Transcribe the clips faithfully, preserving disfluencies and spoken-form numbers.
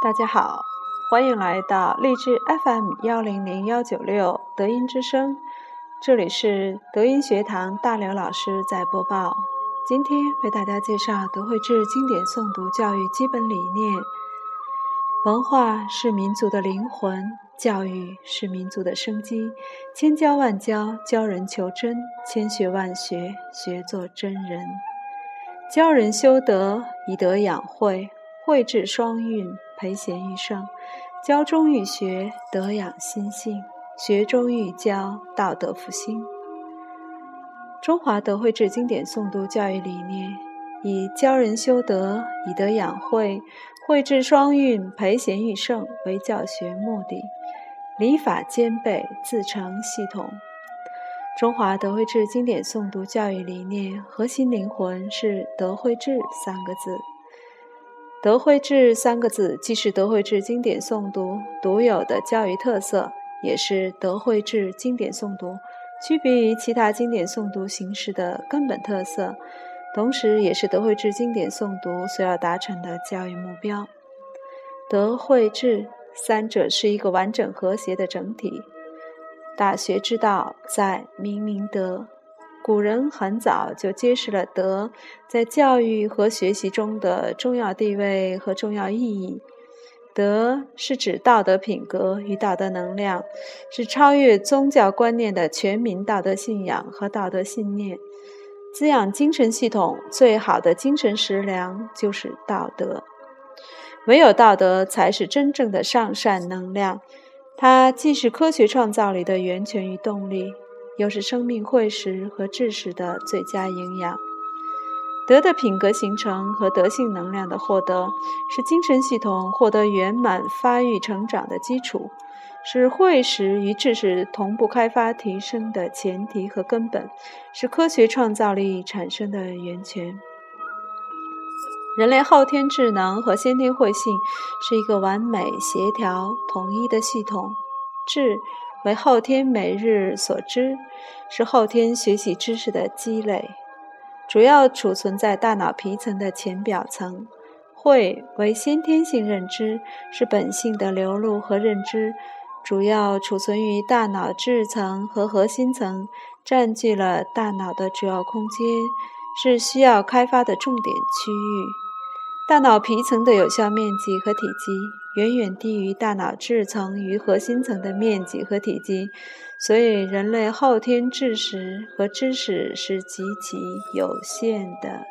大家好，欢迎来到励志 F M 一零零一九六德音之声，这里是德音学堂大刘老师在播报。今天为大家介绍德惠智经典诵读教育基本理念。文化是民族的灵魂，教育是民族的生机，千教万教，教人求真，千学万学，学做真人。教人修德，以德养慧，慧智双运，培贤育圣。教中育学，德养心性；学中育教，道德复兴。中华德惠智经典诵读教育理念，以教人修德，以德养慧，慧智双运，培贤育圣为教学目的，理法兼备，自成系统。中华德惠智经典诵读教育理念核心灵魂是德惠智三个字。德惠智三个字既是德惠智经典诵读独有的教育特色，也是德惠智经典诵读区别于其他经典诵读形式的根本特色，同时也是德惠智经典诵读所要达成的教育目标。德惠智三者是一个完整和谐的整体。大学之道，在明明德。古人很早就揭示了德在教育和学习中的重要地位和重要意义。德是指道德品格与道德能量，是超越宗教观念的全民道德信仰和道德信念。滋养精神系统最好的精神食粮就是道德。唯有道德才是真正的上善能量，它既是科学创造力的源泉与动力，又是生命慧识和知识的最佳营养。德的品格形成和德性能量的获得，是精神系统获得圆满发育成长的基础，是慧识与知识同步开发提升的前提和根本，是科学创造力产生的源泉。人类后天智能和先天慧性是一个完美、协调、统一的系统。智为后天每日所知，是后天学习知识的积累，主要储存在大脑皮层的浅表层。慧为先天性认知，是本性的流露和认知，主要储存于大脑质层和核心层，占据了大脑的主要空间，是需要开发的重点区域。大脑皮层的有效面积和体积远远低于大脑质层与核心层的面积和体积，所以人类后天知识和知识是极其有限的。《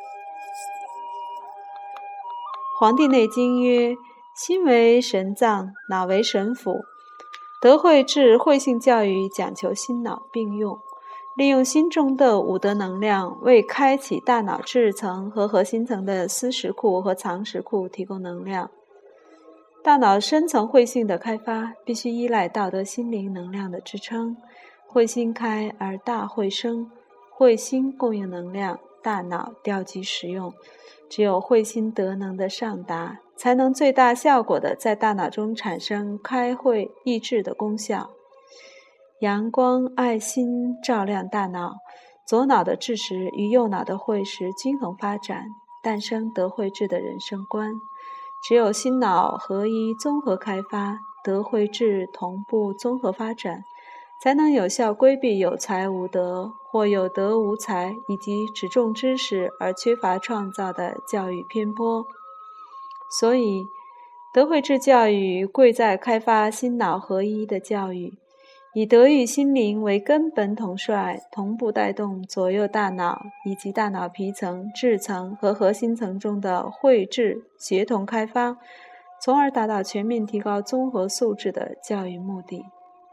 黄帝内经》曰：心为神脏，脑为神府。德惠智慧性教育讲求心脑并用，利用心中的五德能量，为开启大脑质层和核心层的思识库和藏识库提供能量。大脑深层慧性的开发必须依赖道德心灵能量的支撑，慧心开而大慧生，慧心供应能量，大脑调集使用。只有慧心德能的上达，才能最大效果地在大脑中产生开慧益智的功效。阳光爱心照亮大脑，左脑的知识与右脑的慧识均衡发展，诞生德惠智的人生观。只有心脑合一综合开发，德惠智同步综合发展，才能有效规避有才无德或有德无才，以及只重知识而缺乏创造的教育偏颇。所以德惠智教育贵在开发心脑合一的教育，以德育心灵为根本统帅，同步带动左右大脑以及大脑皮层、质层和核心层中的慧智协同开发，从而达到全面提高综合素质的教育目的。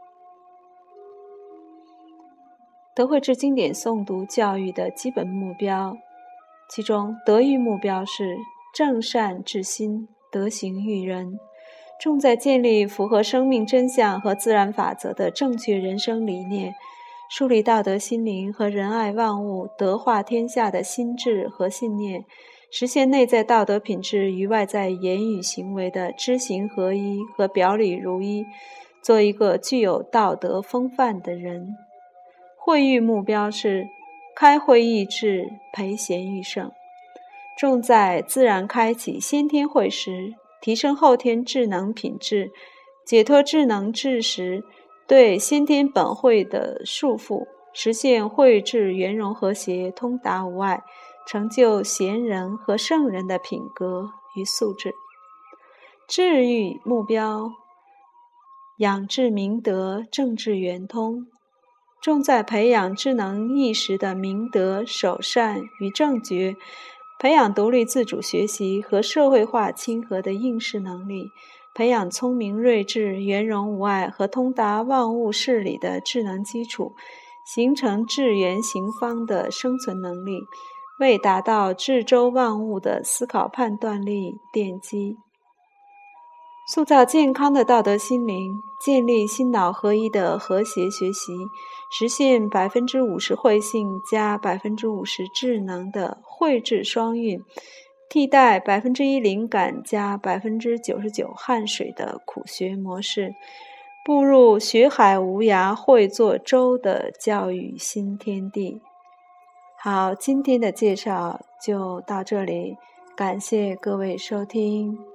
德惠智经典诵读教育的基本目标，其中德育目标是正善治心，德行育人，重在建立符合生命真相和自然法则的正确人生理念，树立道德心灵和仁爱万物、德化天下的心智和信念，实现内在道德品质与外在言语行为的知行合一和表里如一，做一个具有道德风范的人。慧育目标是开慧益智，培贤育圣，重在自然开启先天慧识， 提升后天智能品质，解脱智能智识对先天本慧的束缚，实现慧智圆融和谐，通达无碍，成就贤人和圣人的品格与素质。治愈目标，养智明德，正智圆通，重在培养智能意识的明德、守善与正觉，培养独立自主学习和社会化亲和的应试能力，培养聪明睿智、圆融无碍和通达万物事理的智能基础，形成智圆行方的生存能力，为达到智周万物的思考判断力奠基。塑造健康的道德心灵，建立心脑合一的和谐学习，实现百分之五十慧性加百分之五十智能的慧智双运，替代百分之一灵感加百分之九十九汗水的苦学模式，步入学海无涯会作舟的教育新天地。好，今天的介绍就到这里，感谢各位收听。